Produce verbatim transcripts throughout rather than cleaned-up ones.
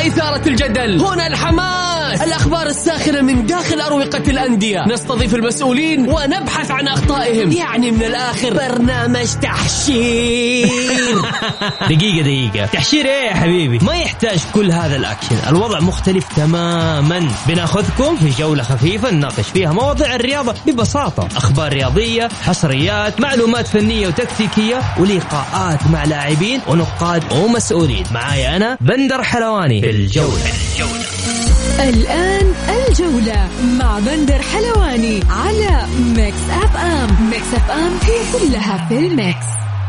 وإثارة الجدل. هنا الحماس، الأخبار الساخنة من داخل أروقة الأندية، نستضيف المسؤولين ونبحث عن أخطائهم. يعني من الآخر برنامج تحشير. دقيقة دقيقة، تحشير إيه يا حبيبي؟ ما يحتاج كل هذا الأكشن، الوضع مختلف تماما. بناخذكم في جولة خفيفة نناقش فيها مواضيع الرياضة ببساطة، أخبار رياضية، حصريات، معلومات فنية وتكتيكية، ولقاءات مع لاعبين ونقاد ومسؤولين. معايا أنا بندر حلواني في الجولة. الجولة الآن الجولة مع بندر حلواني على ميكس أف أم. ميكس أف أم هي كلها في الميكس.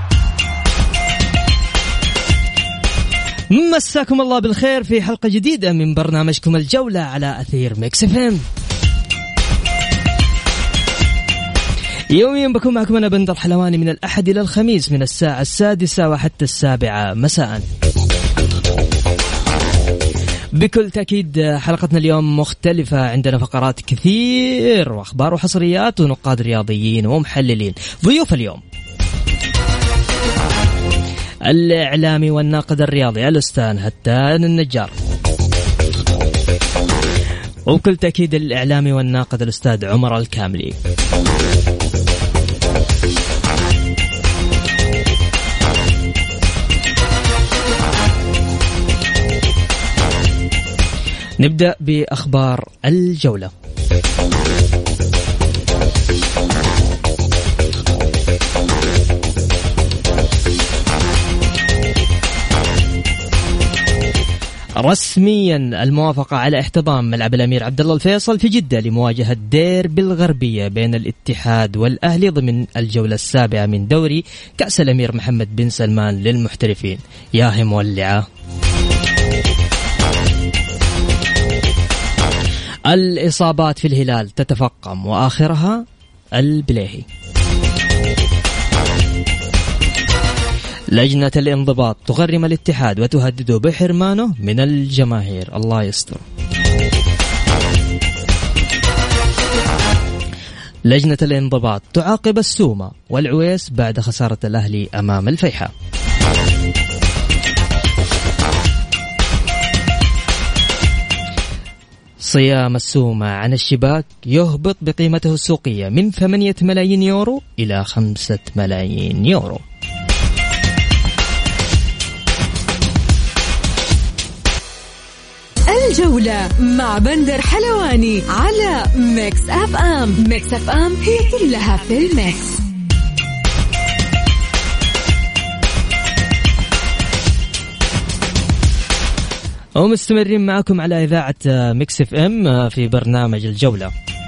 مساكم الله بالخير في حلقة جديدة من برنامجكم الجولة على أثير ميكس أف أم. يوميا بكون معكم أنا بندر حلواني من الأحد إلى الخميس من الساعة السادسة وحتى السابعة مساء. بكل تأكيد حلقتنا اليوم مختلفة، عندنا فقرات كثير وأخبار وحصريات ونقاد رياضيين ومحللين. ضيوف اليوم الإعلامي والناقد الرياضي الأستاذ هتان النجار، وبكل تأكيد الإعلامي والناقد الأستاذ عمر الكاملي. نبدأ بأخبار الجولة. رسميا الموافقة على احتضان ملعب الأمير عبد الله الفيصل في جدة لمواجهة ديربي الغربية بين الاتحاد والأهلي ضمن الجولة السابعة من دوري كأس الأمير محمد بن سلمان للمحترفين. ياهي مولعة. الإصابات في الهلال تتفاقم وآخرها البليهي. لجنة الانضباط تغرم الاتحاد وتهدده بحرمانه من الجماهير. الله يستر. لجنة الانضباط تعاقب السومة والعويس بعد خسارة الأهلي أمام الفيحاء. صيام السومة عن الشباك يهبط بقيمته السوقية من ثمانية ملايين يورو إلى خمسة ملايين يورو. الجولة مع بندر حلواني على ميكس أف أم. ميكس أف أم هي كلها في الميكس. ومستمرين معكم على إذاعة ميكس أف أم في برنامج الجولة.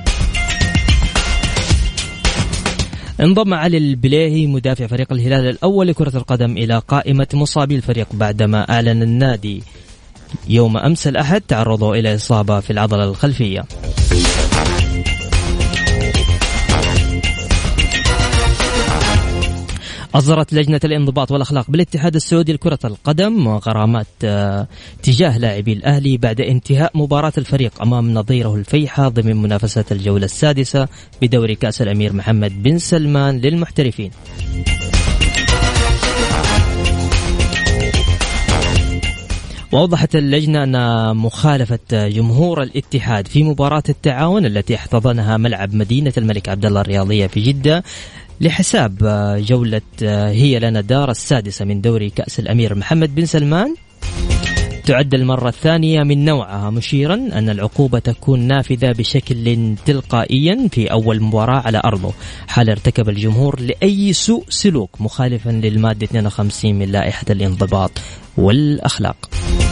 انضم علي البليهي مدافع فريق الهلال الأول لكرة القدم إلى قائمة مصابي الفريق بعدما أعلن النادي يوم أمس الأحد تعرضه إلى إصابة في العضلة الخلفية. أصدرت لجنة الانضباط والأخلاق بالاتحاد السعودي لكرة القدم غرامات تجاه لاعبي الأهلي بعد انتهاء مباراة الفريق أمام نظيره الفيحاء ضمن منافسة الجولة السادسة بدوري كأس الأمير محمد بن سلمان للمحترفين. وأوضحت اللجنة أن مخالفة جمهور الاتحاد في مباراة التعاون التي احتضنها ملعب مدينة الملك عبدالله الرياضية في جدة لحساب جولة هي لنا دار السادسة من دوري كأس الأمير محمد بن سلمان تعد المرة الثانية من نوعها، مشيرا أن العقوبة تكون نافذة بشكل تلقائيا في أول مباراة على أرضه حال ارتكب الجمهور لأي سوء سلوك مخالفا للمادة اثنين وخمسين من لائحة الانضباط والأخلاق.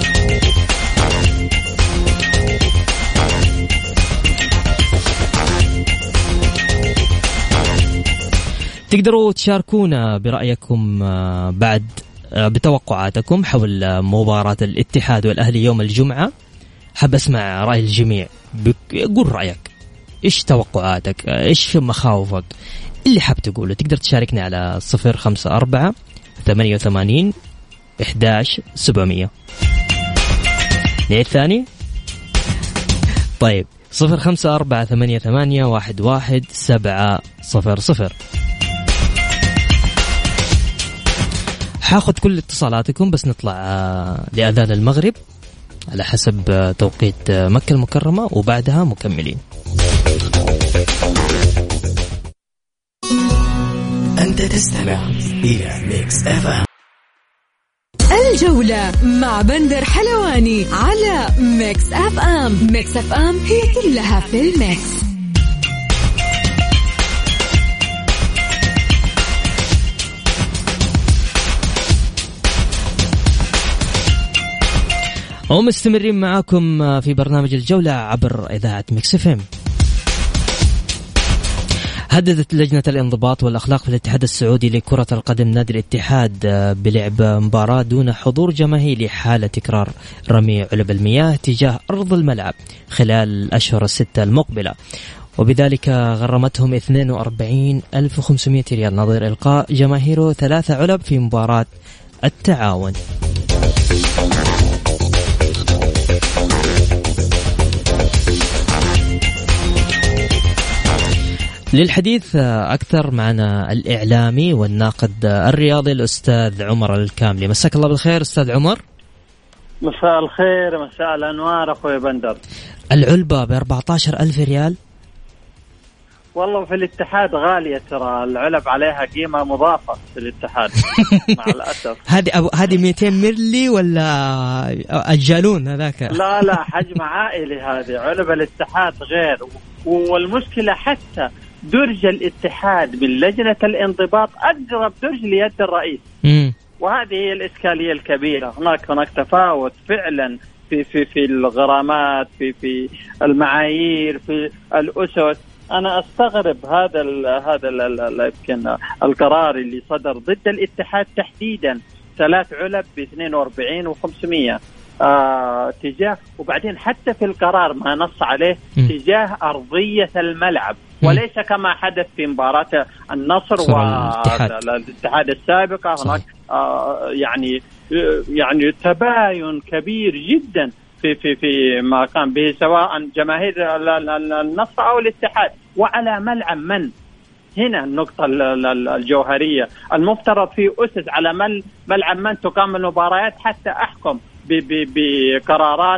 تقدروا تشاركونا برأيكم بعد بتوقعاتكم حول مباراة الاتحاد والأهلي يوم الجمعة. حاب أسمع رأي الجميع، قول رأيك، إيش توقعاتك، إيش مخاوفك، اللي حاب تقوله. تقدر تشاركني على صفر خمسة أربعة ثمانية وثمانين إحداش سبعمية. نعيد ثاني. طيب صفر خمسة أربعة ثمانية ثمانية واحد واحد سبعة صفر صفر. حاخذ كل اتصالاتكم بس نطلع لأذان المغرب على حسب توقيت مكة المكرمة، وبعدها مكملين. أنت تستمع إلى ميكس إف إم. الجولة مع بندر حلواني على ميكس إف إم. ميكس إف إم هي كلها في الميكس. ومستمرين معاكم في برنامج الجولة عبر إذاعة ميكس إف إم. هددت لجنة الانضباط والأخلاق في الاتحاد السعودي لكرة القدم نادي الاتحاد بلعب مباراة دون حضور جماهيري حال تكرار رمي علب المياه تجاه أرض الملعب خلال الأشهر الستة المقبلة، وبذلك غرمتهم اثنين وأربعين ألف وخمسمائة ريال نظير إلقاء جماهيره ثلاثة علب في مباراة التعاون. للحديث أكثر معنا الإعلامي والناقد الرياضي الأستاذ عمر الكاملي. مساك الله بالخير أستاذ عمر. مساء الخير، مساء الأنوار أخوي بندر. العلبة بأربعة عشر ألف ريال. والله في الاتحاد غالية ترى العلب، عليها قيمة مضافة في الاتحاد مع الأسف. هذه أبو هذه مئتين ملي ولا الجالون هذاك؟ لا لا حجم عائلي، هذه علب الاتحاد غير. والمشكلة حتى درج الاتحاد من لجنة الانضباط أقرب درج ليد الرئيس. مم. وهذه هي الإشكالية الكبيرة. هناك هناك تفاوت فعلا في في في الغرامات، في في المعايير، في الأسس. أنا أستغرب هذا ال هذا ال يمكن القرار اللي صدر ضد الاتحاد تحديدا، ثلاث علب ب اثنين وأربعين وخمسمية آه تجاه، وبعدين حتى في القرار ما نص عليه م. تجاه أرضية الملعب، م. وليس كما حدث في مباراة النصر والاتحاد السابقة. هناك آه يعني يعني تباين كبير جدا في في في ما كان به سواء جماهير النصر أو الاتحاد. وعلى ملعب من؟ هنا النقطة الجوهرية. المفترض في أسس على ملعب من تقام المباريات حتى أحكم بقرارات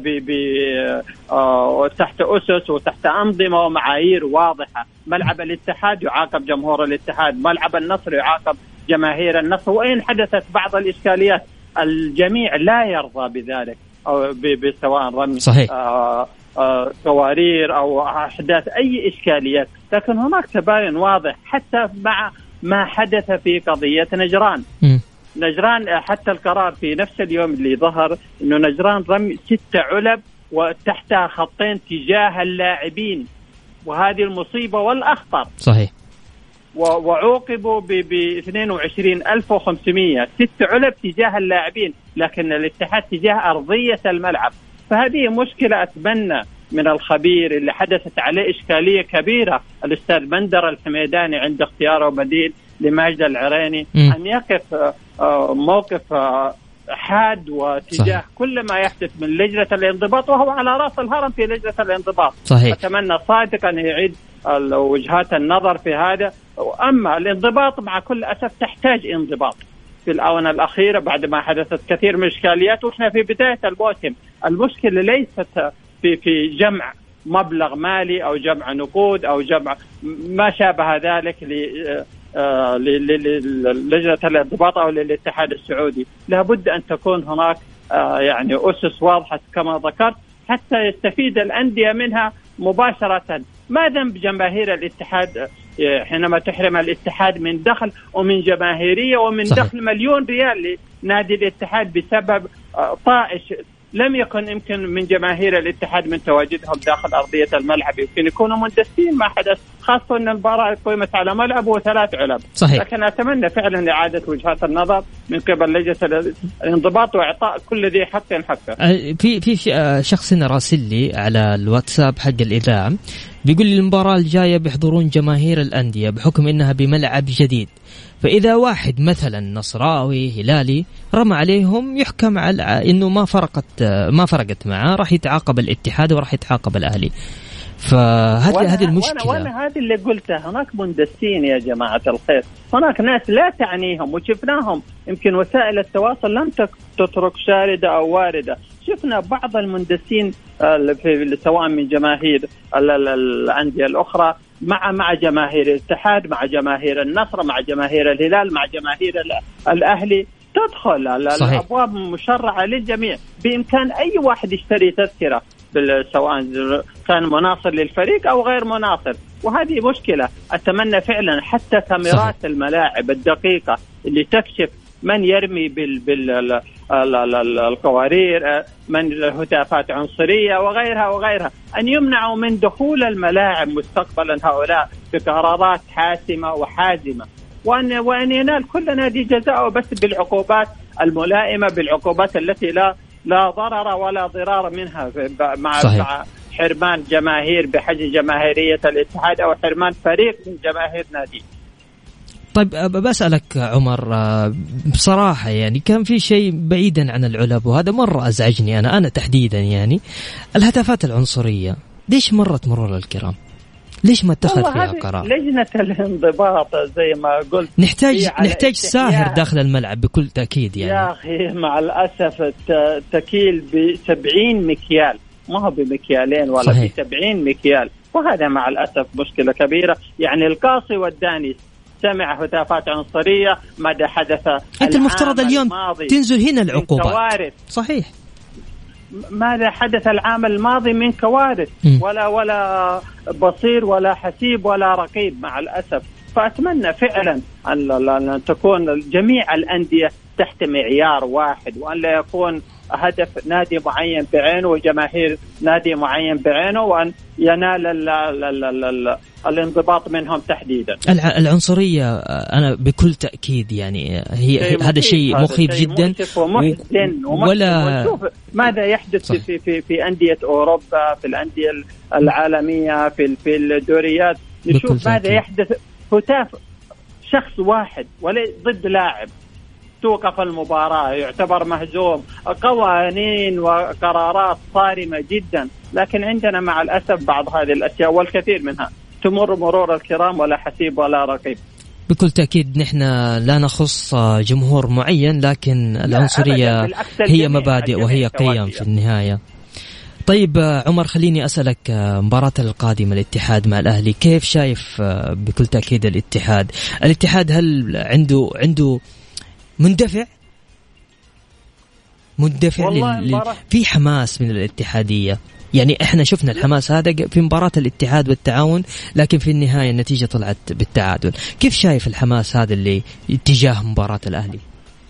وتحت أسس وتحت أنظمة ومعايير واضحة. ملعب الاتحاد يعاقب جمهور الاتحاد، ملعب النصر يعاقب جماهير النصر. وإن حدثت بعض الإشكاليات الجميع لا يرضى بذلك، أو بسواء رمي قوارير أو أحداث أي إشكاليات. لكن هناك تباين واضح حتى مع ما حدث في قضية نجران. م. نجران حتى القرار في نفس اليوم اللي ظهر إنه نجران رمي ستة علب وتحتها خطين تجاه اللاعبين، وهذه المصيبة والأخطر. صحيح. وعوقبوا ب اثنين وعشرين ألف وخمسمية، ست علب تجاه اللاعبين، لكن الاتحاد تجاه أرضية الملعب. فهذه مشكلة. أتمنى من الخبير اللي حدثت عليه إشكالية كبيرة الأستاذ بندر الحميداني عند اختياره بديل لماجد العريني م. أن يقف موقف حاد وتجاه صحيح. كل ما يحدث من لجنة الانضباط، وهو على رأس الهرم في لجنة الانضباط. صحيح. أتمنى صادقا أن يعيد وجهات النظر في هذا. أما الانضباط مع كل أسف تحتاج انضباط في الآونة الأخيرة بعد ما حدثت كثير من الإشكاليات، وإحنا في بداية الموسم. المشكلة ليست في في جمع مبلغ مالي أو جمع نقود أو جمع ما شابه ذلك للجنة الانضباط أو للاتحاد السعودي. لابد أن تكون هناك يعني أسس واضحة كما ذكرت حتى يستفيد الأندية منها مباشرة. ما ذنب جماهير الاتحاد حينما تحرم الاتحاد من دخل ومن جماهيرية ومن صحيح. دخل مليون ريال لنادي الاتحاد بسبب طائش لم يكن يمكن من جماهير الاتحاد من تواجدهم داخل أرضية الملعب. يمكن يكونوا مندسين ما حدث، خاصة أن المباراة قيمت على ملعب وثلاث علب. صحيح. لكن أتمنى فعلا إعادة وجهات النظر من قبل لجنة الانضباط وإعطاء كل ذي حق حقه. في في شخص راسل لي على الواتساب حق الإذاعة بيقول لي المباراة الجاية بيحضرون جماهير الأندية بحكم إنها بملعب جديد، فإذا واحد مثلا نصراوي هلالي رمى عليهم يحكم على إنه ما فرقت ما فرقت معه، راح يتعاقب الاتحاد وراح يتعاقب الأهلي. فهذه هذه المشكلة. وأنا, وأنا هذه اللي قلتها، هناك مندسين يا جماعة الخير، هناك ناس لا تعنيهم وشفناهم، يمكن وسائل التواصل لم تترك شاردة أو واردة. شفنا بعض المندسين سواء من جماهير الأندية الأخرى مع مع جماهير الاتحاد، مع جماهير النصر، مع جماهير الهلال، مع جماهير الأهلي، تدخل الأبواب مشرعة للجميع. بإمكان أي واحد يشتري تذكرة سواء كان مناصر للفريق أو غير مناصر، وهذه مشكلة. أتمنى فعلا حتى كاميرات صحيح. الملاعب الدقيقة اللي تكشف من يرمي بال بال القوارير، من هتافات عنصرية وغيرها وغيرها، أن يمنعوا من دخول الملاعب مستقبلا هؤلاء بقرارات حاسمة وحازمة، وأن وأن ينال كل نادي جزاءه بس بالعقوبات الملائمة، بالعقوبات التي لا لا ضرر ولا ضرار منها، مع مع حرمان جماهير بحجم جماهيرية الاتحاد أو حرمان فريق من جماهير نادي. طيب بسألك عمر بصراحة، يعني كان في شيء بعيدا عن العلب وهذا مرة أزعجني أنا أنا تحديدا، يعني الهتافات العنصرية ليش مرت مرور الكرام؟ ليش ما اتخذ فيها قرار؟ لجنة الانضباط زي ما قلت نحتاج نحتاج ساهر داخل الملعب بكل تأكيد يعني. يا أخي مع الأسف التكيل بسبعين مكيال، ما هو بمكيالين ولا صحيح. بسبعين مكيال، وهذا مع الأسف مشكلة كبيرة. يعني القاصي والداني سمع هتافات عنصرية، ماذا حدث؟ أنت المفترض اليوم تنزل هنا العقوبات صحيح. ماذا حدث العام الماضي من كوارث؟ م. ولا ولا بصير ولا حسيب ولا رقيب مع الأسف. فأتمنى فعلا أن تكون جميع الأندية تحت معيار واحد، وأن لا يكون هدف نادي معين بعينه وجماهير نادي معين بعينه، وأن ينال ال ال ال ال ال الانضباط منهم تحديدا. العنصرية أنا بكل تأكيد يعني هي هذا شيء مخيف جدا ومحزن، ولا ماذا يحدث صح. في في في أندية أوروبا، في الأندية العالمية، في في الدوريات، نشوف ماذا يحدث. هتاف شخص واحد ولا ضد لاعب، توقف المباراة، يعتبر مهزوم، قوانين وقرارات صارمة جدا. لكن عندنا مع الأسف بعض هذه الأشياء والكثير منها تمر مرور الكرام ولا حسيب ولا رقيب. بكل تأكيد نحن لا نخص جمهور معين، لكن العنصرية هي مبادئ وهي قيم في النهاية. طيب عمر، خليني أسألك مباراة القادمة الاتحاد مع الأهلي، كيف شايف بكل تأكيد الاتحاد الاتحاد هل عنده عنده مندفع مندفع لل... في حماس من الاتحادية؟ يعني احنا شفنا الحماس هذا في مباراة الاتحاد والتعاون، لكن في النهاية النتيجة طلعت بالتعادل. كيف شايف الحماس هذا اللي اتجاه مباراة الأهلي؟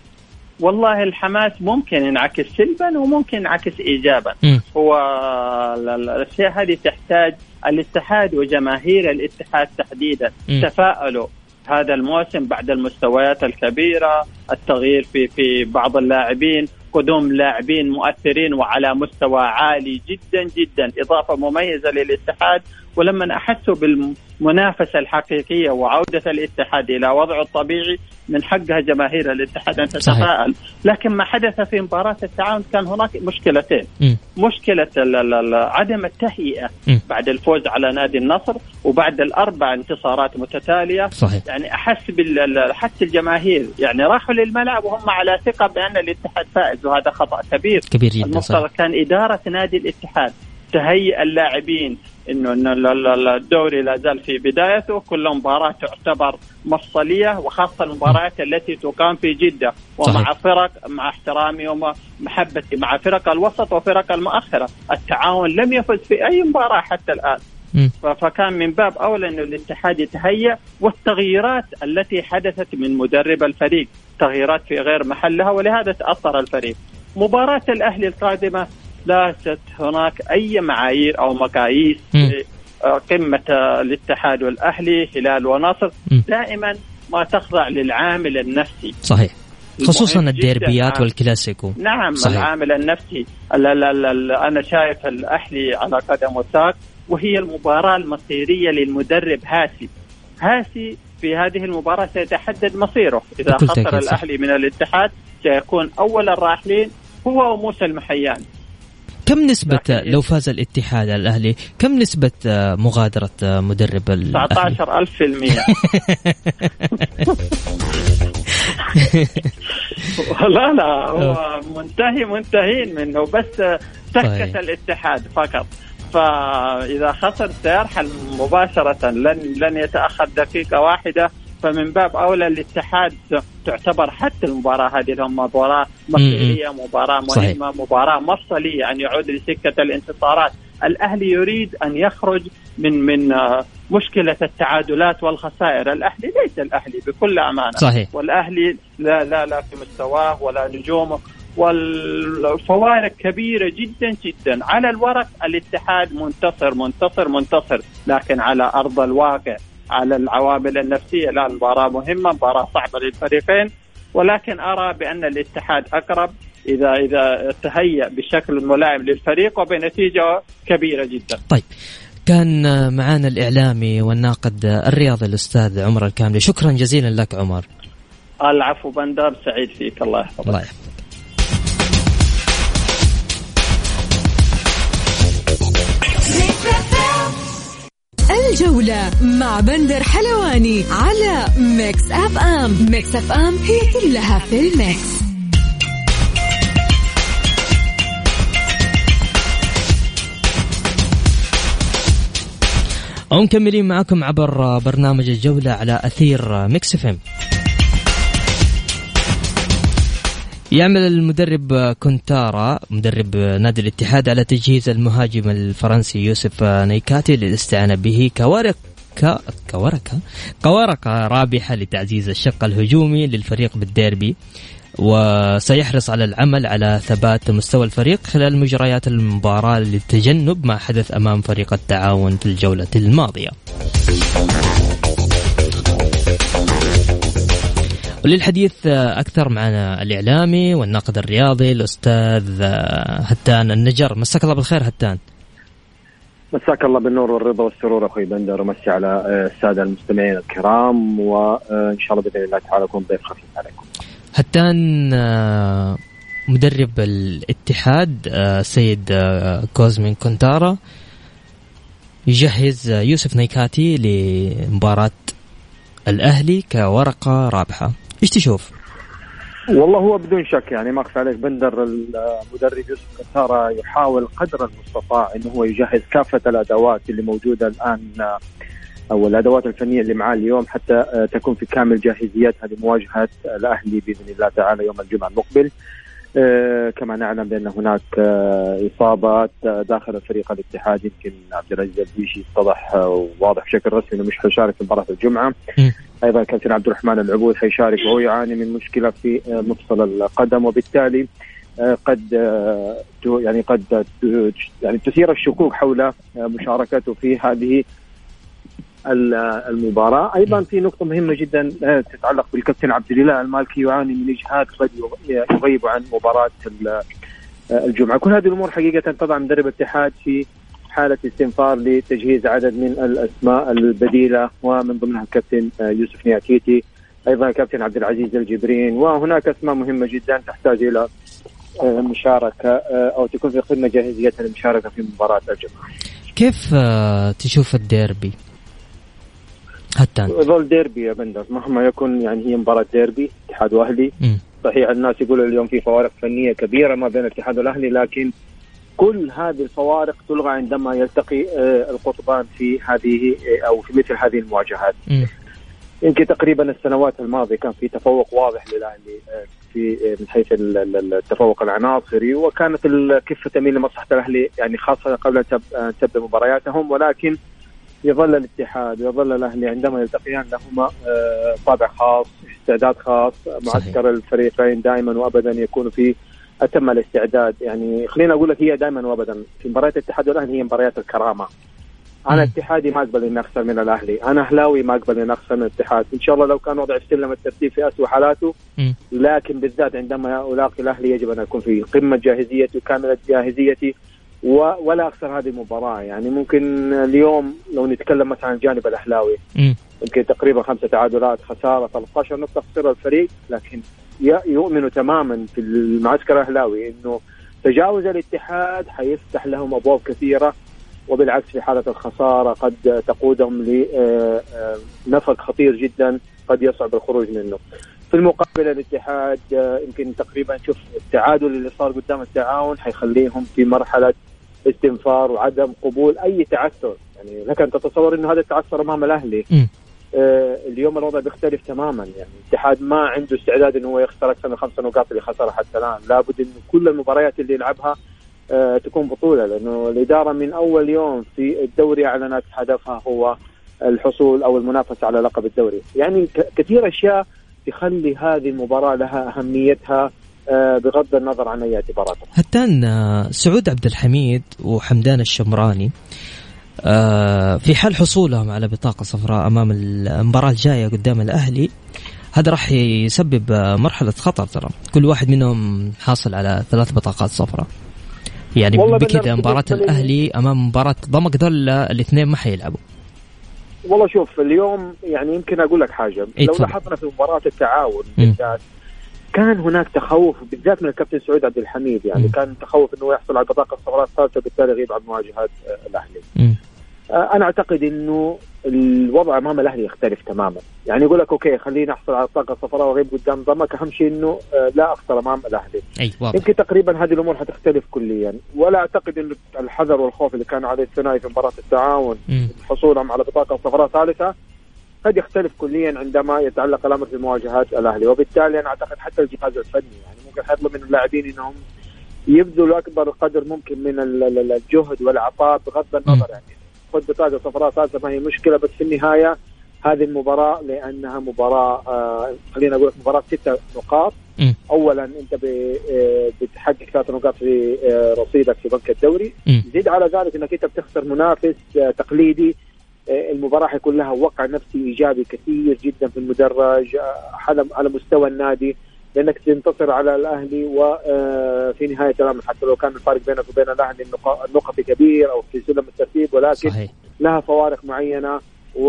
والله الحماس ممكن ينعكس سلبا وممكن ينعكس إيجابا. م. هو الأشياء هذه تحتاج الاتحاد وجماهير الاتحاد تحديدا م. تفاءلوا هذا الموسم بعد المستويات الكبيرة، التغيير في في بعض اللاعبين، قدوم لاعبين مؤثرين وعلى مستوى عالي جدا جدا، إضافة مميزة للاتحاد. ولما أحسوا بالمنافسة الحقيقية وعودة الاتحاد إلى وضعه الطبيعي، من حقها جماهير الاتحاد أن تتفاءل. لكن ما حدث في مباراة التعاون كان هناك مشكلتين. م. مشكلة عدم التهيئة م. بعد الفوز على نادي النصر وبعد الأربع انتصارات متتالية. صحيح. يعني أحس بالحس الجماهير يعني راحوا للملعب وهم على ثقة بأن الاتحاد فائز، وهذا خطأ كبير كبير جدا. المفترض كان إدارة نادي الاتحاد تهيئ اللاعبين إنه الدوري لا زال في بدايته، كل مباراة تعتبر مفصلية، وخاصة المباريات التي تقام في جدة ومع صحيح. فرق، مع احترامي ومحبتي مع فرق الوسط وفرق المؤخرة، التعاون لم يفز في أي مباراة حتى الآن. م. فكان من باب أولى أن الاتحاد يتهيأ، والتغييرات التي حدثت من مدرب الفريق تغييرات في غير محلها، ولهذا تأثر الفريق. مباراة الأهلي القادمة ليست هناك أي معايير أو مقاييس قمة الاتحاد والأهلي هلال ونصر، دائما ما تخضع للعامل النفسي. صحيح، خصوصا الديربيات والكلاسيكو. نعم صحيح. العامل النفسي لا لا لا أنا شايف الأهلي على قدم وساق، وهي المباراة المصيرية للمدرب هاسي. هاسي في هذه المباراة سيتحدد مصيره. إذا خسر الأهلي من الاتحاد سيكون أول الراحلين هو وموسى المحيان. كم نسبة لو فاز الاتحاد على الأهلي كم نسبة مغادرة مدرب الأهلي؟ تسعة عشر ألف في المية. لا لا هو منتهي منتهين منه، بس سكت الاتحاد فقط. فإذا خسر سيرحل مباشرة، لن لن يتأخر دقيقة واحدة. فمن باب أولى الاتحاد تعتبر حتى المباراة هذه لهم مباراة مصيرية، مباراة مهمة، مباراة مفصلية أن يعود لسكة الانتصارات. الأهلي يريد أن يخرج من من مشكلة التعادلات والخسائر. الأهلي ليس الأهلي بكل أمانة، صحيح. والأهلي لا لا لا في مستواه ولا نجومه، والفوارق كبيرة جدا جدا. على الورق الاتحاد منتصر منتصر منتصر، لكن على أرض الواقع على العوامل النفسية لا، المباراة مهمة، مباراة صعبة للفريقين، ولكن أرى بأن الاتحاد أقرب إذا إذا تهيأ بشكل ملائم للفريق وبنتيجة كبيرة جدا. طيب، كان معنا الإعلامي والناقد الرياضي الأستاذ عمر الكاملي، شكرا جزيلا لك عمر. العفو بندر، سعيد فيك، الله يحفظك. الله يحفظك. الجولة مع بندر حلواني على ميكس أف أم. ميكس أف أم هي كلها في الميكس. ومكملين معكم عبر برنامج الجولة على أثير ميكس أف أم. يعمل المدرب كونتارا مدرب نادي الاتحاد على تجهيز المهاجم الفرنسي يوسف نيكاتي للاستعانة به كورقة كورقة كورقة رابحة لتعزيز الشق الهجومي للفريق بالديربي، وسيحرص على العمل على ثبات مستوى الفريق خلال مجريات المباراة للتجنب ما حدث أمام فريق التعاون في الجولة الماضية. وللحديث أكثر معنا الإعلامي والناقد الرياضي الأستاذ هتان النجار. مساك الله بالخير هتان. مساك الله بالنور والرضا والسرور أخوي بندر، ومسي على السادة المستمعين الكرام، وإن شاء الله بإذن الله تعالى أكون ضيف خفيف عليكم. هتان، مدرب الاتحاد سيد كوزمين كونتارا يجهز يوسف نيكاتي لمباراة الأهلي كورقة رابحة، إيش تشوف؟ والله هو بدون شك يعني ما أخفى عليك بندر، المدرب يوسف كونتارا يحاول قدر المستطاع إنه هو يجهز كافة الأدوات اللي موجودة الآن أو الأدوات الفنية اللي معاه اليوم حتى تكون في كامل جاهزيتها لمواجهة الأهلي بإذن الله تعالى يوم الجمعة المقبل. آه كما نعلم بأن هناك آه إصابات آه داخل الفريق الاتحاد. يمكن عبد العزيز البيشي اتضح آه واضح بشكل رسمي إنه مش حيشارك في مباراة الجمعة. م. أيضا كابتن عبد الرحمن العبود حيشارك وهو يعاني من مشكلة في آه مفصل القدم، وبالتالي آه قد آه يعني قد آه يعني تثير الشكوك حول آه مشاركته في هذه المباراة. أيضا في نقطة مهمة جدا تتعلق بالكابتن عبد الله المالكي، يعاني من إجهاد قد يغيب عن مباراة الجمعة. كل هذه الأمور حقيقة طبعا مدرب الاتحاد في حالة استنفار لتجهيز عدد من الأسماء البديلة، ومن ضمنها الكابتن يوسف نياكيتي، أيضا الكابتن عبد العزيز الجبرين، وهناك أسماء مهمة جدا تحتاج إلى مشاركة أو تكون في قمة جاهزيتها للمشاركة في مباراة الجمعة. كيف تشوف الديربي؟ حتى ظل ديربي يا بندر مهما يكون، يعني هي مباراة ديربي اتحاد واهلي. م. صحيح الناس يقولوا اليوم في فوارق فنية كبيرة ما بين الاتحاد والاهلي، لكن كل هذه الفوارق تلغى عندما يلتقي القطبان في هذه او في مثل هذه المواجهات. م. يمكن تقريبا السنوات الماضية كان في تفوق واضح للاهلي في من حيث التفوق العناصري، وكانت الكفة تميل لمصلحة الاهلي يعني خاصة قبل ان تبدأ مبارياتهم، ولكن يظل الاتحاد ويظل الأهلي عندما يلتقيان لهما طابع خاص، استعداد خاص. معسكر الفريقين دائما وأبدا يكون في أتم الاستعداد. يعني خلينا أقول لك هي دائما وأبدا في مباريات الاتحاد والأهلي هي مباريات الكرامة. أنا اتحادي ما أقبل إني أخسر من الأهلي، أنا أهلاوي ما أقبل إني أخسر من الاتحاد. إن شاء الله لو كان وضع السلم الترتيب في أسوأ حالاته، لكن بالذات عندما ألاقي الأهلي يجب أن أكون في قمة جاهزيتي وكاملة جاهزيتي ولا أخسر هذه المباراة. يعني ممكن اليوم لو نتكلم مثلا عن الجانب الأهلاوي يمكن تقريبا خمسة تعادلات، خسارة ثلاثة عشر نقطة خسر الفريق، لكن يؤمن تماما في المعسكر الأهلاوي إنه تجاوز الاتحاد حيفتح لهم أبواب كثيرة، وبالعكس في حالة الخسارة قد تقودهم لنفق خطير جدا قد يصعب الخروج منه. في المقابل الاتحاد يمكن تقريبا شوف التعادل اللي صار قدام التعاون حيخليهم في مرحلة استنفار وعدم قبول أي تعثر. يعني لك أن تتصور إنه هذا التعثر أمام الأهلي آه اليوم الوضع بيختلف تماما. يعني الاتحاد ما عنده استعداد إنه هو يخسر أكثر من خمسة نقاط اللي خسرها حتى الآن. لابد إنه كل المباريات اللي يلعبها آه تكون بطولة، لأنه الإدارة من أول يوم في الدوري أعلنت هدفها هو الحصول أو المنافسة على لقب الدوري. يعني كثير أشياء تخلي هذه المباراة لها أهميتها آه بغض النظر عن أي اعتبارات. حتى سعود عبد الحميد وحمدان الشمراني آه في حال حصولهم على بطاقة صفراء أمام المباراة الجاية قدام الأهلي، هذا راح يسبب مرحلة خطر. ترى كل واحد منهم حاصل على ثلاث بطاقات صفراء، يعني بكذا مباراة الأهلي أمام مباراة ضمك دول الاثنين ما حيلعبوا. والله شوف اليوم يعني يمكن أقول لك حاجة، لو لاحظنا في مباراة التعاون بالذات كان هناك تخوف بالذات من الكابتن سعود عبد الحميد. يعني م. كان تخوف إنه يحصل على البطاقة الصفراء الثالثة بالتالي يغيب عن مواجهات الأهلي. م. أنا أعتقد إنه الوضع أمام الأهلي يختلف تماما. يعني يقول لك أوكي خلينا نحصل على البطاقة الصفراء وغيب قدام ضمك، أهم شيء إنه لا أخسر أمام الأهلي. أي يمكن تقريبا هذه الأمور حتختلف كليا، ولا أعتقد إنه الحذر والخوف اللي كانوا عليه الثنائي في مباراة التعاون حصولهم على بطاقة صفراء ثالثة قد يختلف كليا عندما يتعلق الأمر في مواجهات الأهلي. وبالتالي أنا أعتقد حتى الجهاز الفني يعني ممكن حيطلب من اللاعبين إنهم يبذلوا أكبر قدر ممكن من الجهد والعطاء بغض النظر. يعني خذ بطاقة صفراء ثالثة ما هي مشكلة، بس في النهاية هذه المباراة لأنها مباراة آه خلينا أقول مباراة ستة نقاط. م. أولا أنت بتحقق ثلاث نقاط في آه رصيدك في بنك الدوري، زيد على ذلك أنك أنت بتخسر منافس آه تقليدي. المباراة حيكون لها وقع نفسي إيجابي كثير جدا في المدرج على مستوى النادي، لأنك تنتصر على الأهلي وفي نهاية الأمر حتى لو كان الفارق بينك وبين الأهلي النقطة كبير أو في سلم الترتيب، ولكن صحيح. لها فوارق معينة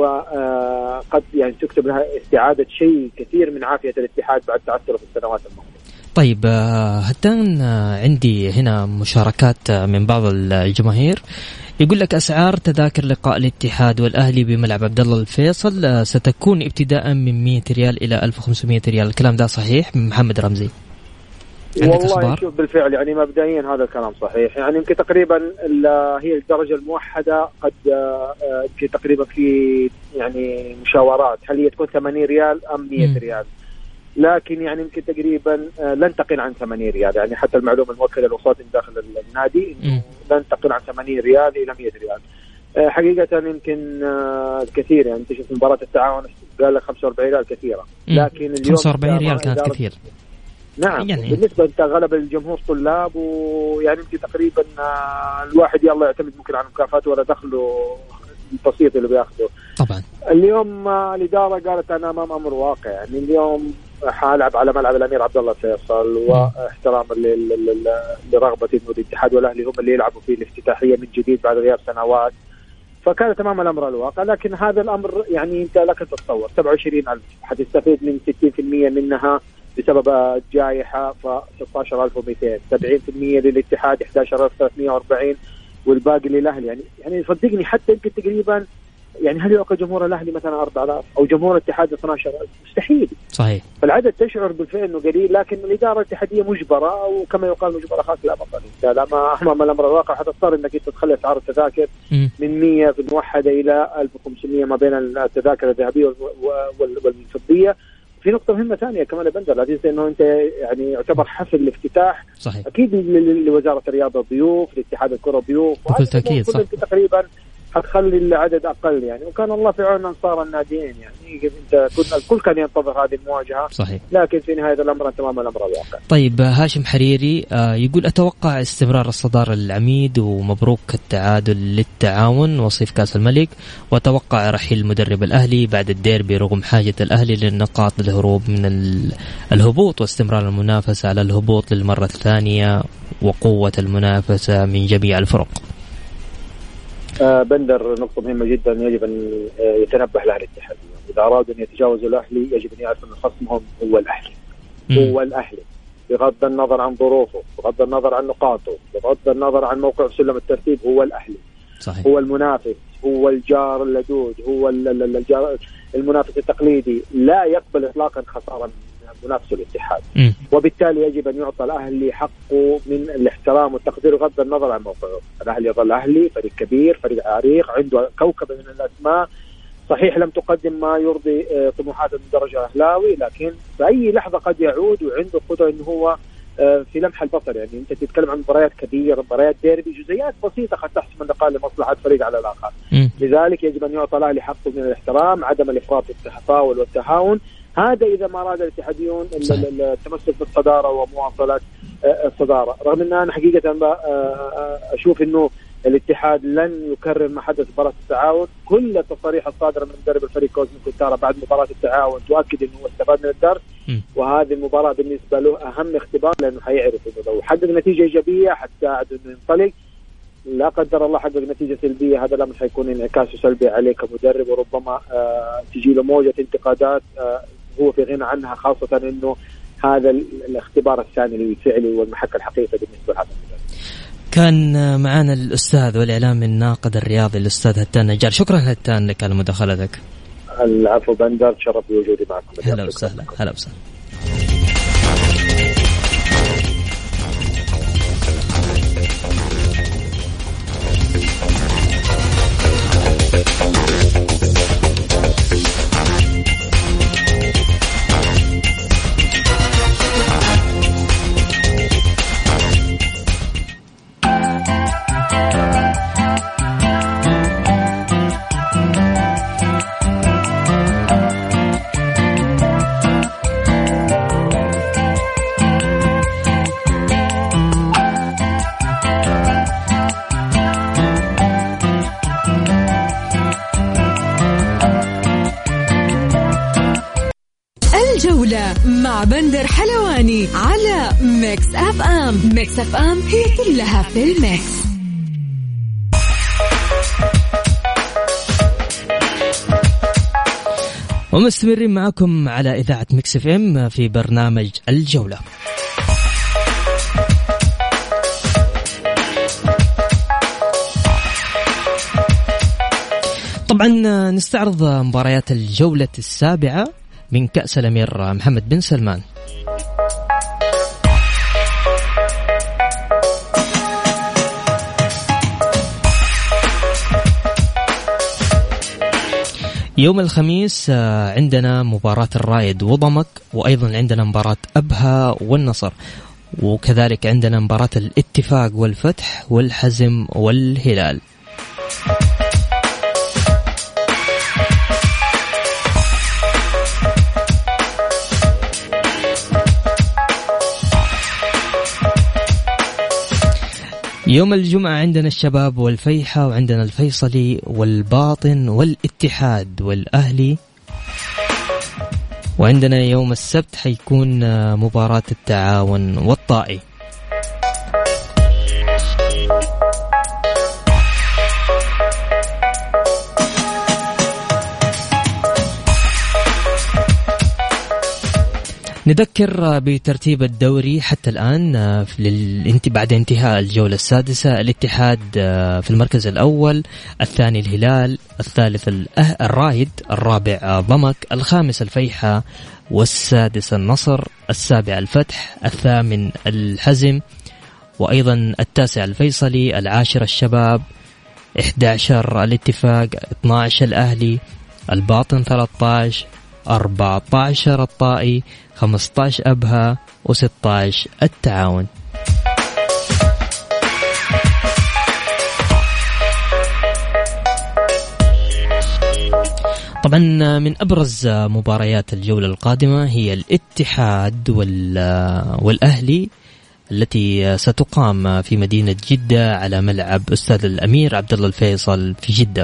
وقد يعني تكتب لها استعادة شيء كثير من عافية الاتحاد بعد تعثره في السنوات الماضية. طيب هتان عندي هنا مشاركات من بعض الجماهير يقول لك أسعار تذاكر لقاء الاتحاد والأهلي بملعب عبد الله الفيصل ستكون ابتداء من مئة ريال إلى ألف وخمسمئة ريال. الكلام ده صحيح من محمد رمزي؟ عندك والله شوف بالفعل يعني مبدئيا هذا الكلام صحيح. يعني يمكن تقريبا هي الدرجة الموحدة قد يمكن تقريبا في يعني مشاورات هل هي تكون ثمانين ريال أم مئة ريال، لكن يعني يمكن تقريبا لن تقل عن ثمانين ريال. يعني حتى المعلومة المؤكدة الوساط داخل النادي إنه لن تقل عن ثمانين ريال إلى مئة ريال. حقيقة يمكن كثير يعني تشوف مباراة التعاون قال لك خمسة وأربعين ريال كثيرة، لكن اليوم خمسة وأربعين ريال كانت كثير. نعم يعني بالنسبة أنت غلب الجمهور طلاب، ويعني يمكن تقريبا الواحد يلا يعتمد ممكن على مكافاته ولا دخله البسيط اللي بياخده. طبعا اليوم الإدارة قالت أنا أمام أمر واقع. يعني اليوم حالعب على ملعب الأمير عبد الله الفيصل واحتراما لرغبة إنه الاتحاد والأهلي هم اللي يلعبوا فيه الافتتاحية من جديد بعد غياب سنوات، فكان تمام الأمر الواقع. لكن هذا الأمر يعني أنت لك تتصور سبعة وعشرين ألف حتستفيد من ستين بالمئة منها بسبب الجائحة ف ستة عشر ألف ومئتين، سبعين بالمئة للاتحاد أحد عشر ألف وثلاثمئة وأربعين والباقي للأهلي. يعني يعني صدقني حتى يمكن تقريبا يعني هل يوقع جمهور الأهلي مثلا أربعة آلاف أو جمهور الاتحاد اثنا عشر ألف؟ مستحيل. صحيح. فالعدد تشعر بالفعل إنه قليل، لكن الإدارة الاتحادية مجبرة وكما يقال مجبرة خاص لا بطل. لما أمام الأمر الواقع حتضطر إنك أنت تخلي أسعار التذاكر من مئة في الموحدة إلى ألف وخمسمئة ما بين التذاكر الذهبية والفضية. في نقطة مهمة ثانية كمان يا بندر، العزيز إنه أنت يعني يعتبر حفل الافتتاح. صحيح. أكيد لوزارة الرياضة ضيوف، لاتحاد الكرة ضيوف، بكل تأكيد صح. تقريبا هتخلي العدد أقل يعني، وكان الله في عون أنصار الناديين. يعني أنت كنا الكل كان ينتظر هذه المواجهة. صحيح. لكن في نهاية الأمر تمام الأمر الواقع. طيب هاشم حريري يقول أتوقع استمرار الصدارة للعميد ومبروك التعادل للتعاون وصيف كأس الملك، وأتوقع رحيل المدرب الأهلي بعد الديربي رغم حاجة الأهلي للنقاط للهروب من الهبوط واستمرار المنافسة على الهبوط للمرة الثانية وقوة المنافسة من جميع الفرق. آه بندر نقطة مهمة جدا يجب أن يتنبه لها الاتحاد. إذا أرادوا أن يتجاوزوا الأهلي يجب أن يعرفوا أن خصمهم هو الأهلي. م. هو الأهلي بغض النظر عن ظروفه، بغض النظر عن نقاطه، بغض النظر عن موقع سلم الترتيب، هو الأهلي. صحيح. هو المنافس، هو الجار اللدود، هو الجار المنافس التقليدي، لا يقبل إطلاقا خسارة من منافسه الاتحاد. م. وبالتالي يجب أن يعطى الأهلي حقه من الاحترام والتقدير بغض النظر عن موقعه. الأهلي يظل أهلي، فريق كبير، فريق عريق، عنده كوكب من الأسماء. صحيح لم تقدم ما يرضي طموحات الدرجة الأهلاوي، لكن في أي لحظة قد يعود وعنده قدرة إنه هو في لمح البصر. يعني أنت تتكلم عن مباريات كبيرة، مباريات ديربي، جزئيات بسيطة قد تحسم اللقاء لمصلحة فريق على الآخر. م. لذلك يجب أن يعطى الأهلي حقه من الاحترام، عدم الإفراط في التفاؤل والتهاون. هذا إذا ما أراد الاتحاديون التمسك بالصدارة ومواصلة الصدارة، رغم أن أنا حقيقة أشوف إنه الاتحاد لن يكرر ما حدث مباراة التعاون. كل التصاريح الصادرة من مدرب الفريق كوزمي كوتارا بعد مباراة التعاون تؤكد أنه استفاد من الدرس، وهذه المباراة بالنسبة له أهم اختبار، لأنه حيعرف أنه لو حقق نتيجة إيجابية حتساعد أنه ينطلق. لا قدر الله حقق نتيجة سلبية، هذا الأمر حيكون انعكاسه سلبي عليه كمدرب، وربما آه تجي له موجة انتقادات آه هو في غنى عنها، خاصة أنه هذا الاختبار الثاني الفعلي والمحك الحقيقي بالنسبة لهذا المدرب. كان معنا الأستاذ والإعلام الناقد الرياضي الأستاذ هتان نجار. شكرا هتان لك على مداخلتك. العفو بندر، شرف بوجودي معكم. هلا وسهلا. هلا وسهلا. مع بندر حلواني على ميكس أف أم. ميكس أف أم هي كلها في الميكس. ومستمرين معكم على إذاعة ميكس أف أم في برنامج الجولة. طبعا نستعرض مباريات الجولة السابعة من كأس الأمير محمد بن سلمان. يوم الخميس عندنا مباراة الرائد وضمك، وأيضا عندنا مباراة أبها والنصر، وكذلك عندنا مباراة الاتفاق والفتح والحزم والهلال. يوم الجمعة عندنا الشباب والفيحة، وعندنا الفيصلي والباطن والاتحاد والأهلي، وعندنا يوم السبت حيكون مباراة التعاون والطائي. نذكر بترتيب الدوري حتى الآن. بعد انتهاء الجولة السادسة الاتحاد في المركز الأول، الثاني الهلال، الثالث الرائد، الرابع ضمك، الخامس الفيحة، والسادس النصر، السابع الفتح، الثامن الحزم، وأيضا التاسع الفيصلي، العاشر الشباب، إحدى عشر الاتفاق، اثنا عشر الأهلي، الباطن ثلاثة عشر، أربعة عشر الطائي، خمسة عشر أبها، وستة عشر التعاون. طبعا من أبرز مباريات الجولة القادمة هي الاتحاد والأهلي التي ستقام في مدينة جدة على ملعب أستاذ الأمير عبد الله الفيصل في جدة.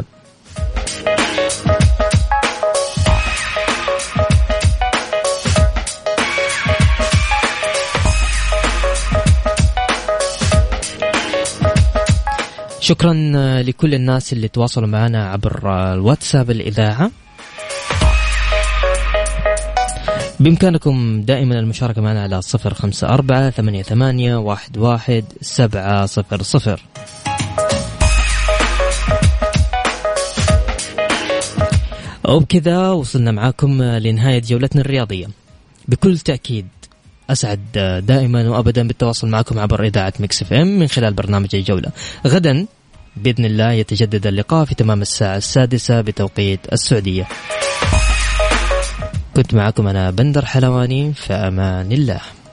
شكرا لكل الناس اللي تواصلوا معنا عبر الواتساب الإذاعة. بإمكانكم دائما المشاركة معنا على صفر خمسة أربعة ثمانية ثمانية واحد واحد سبعة صفر صفر. وبكذا وصلنا معاكم لنهاية جولتنا الرياضية. بكل تأكيد أسعد دائما وأبدا بالتواصل معكم عبر إذاعة ميكس اف ام من خلال برنامج الجولة. غدا بإذن الله يتجدد اللقاء في تمام الساعة السادسة بتوقيت السعودية. كنت معكم أنا بندر حلواني، في أمان الله.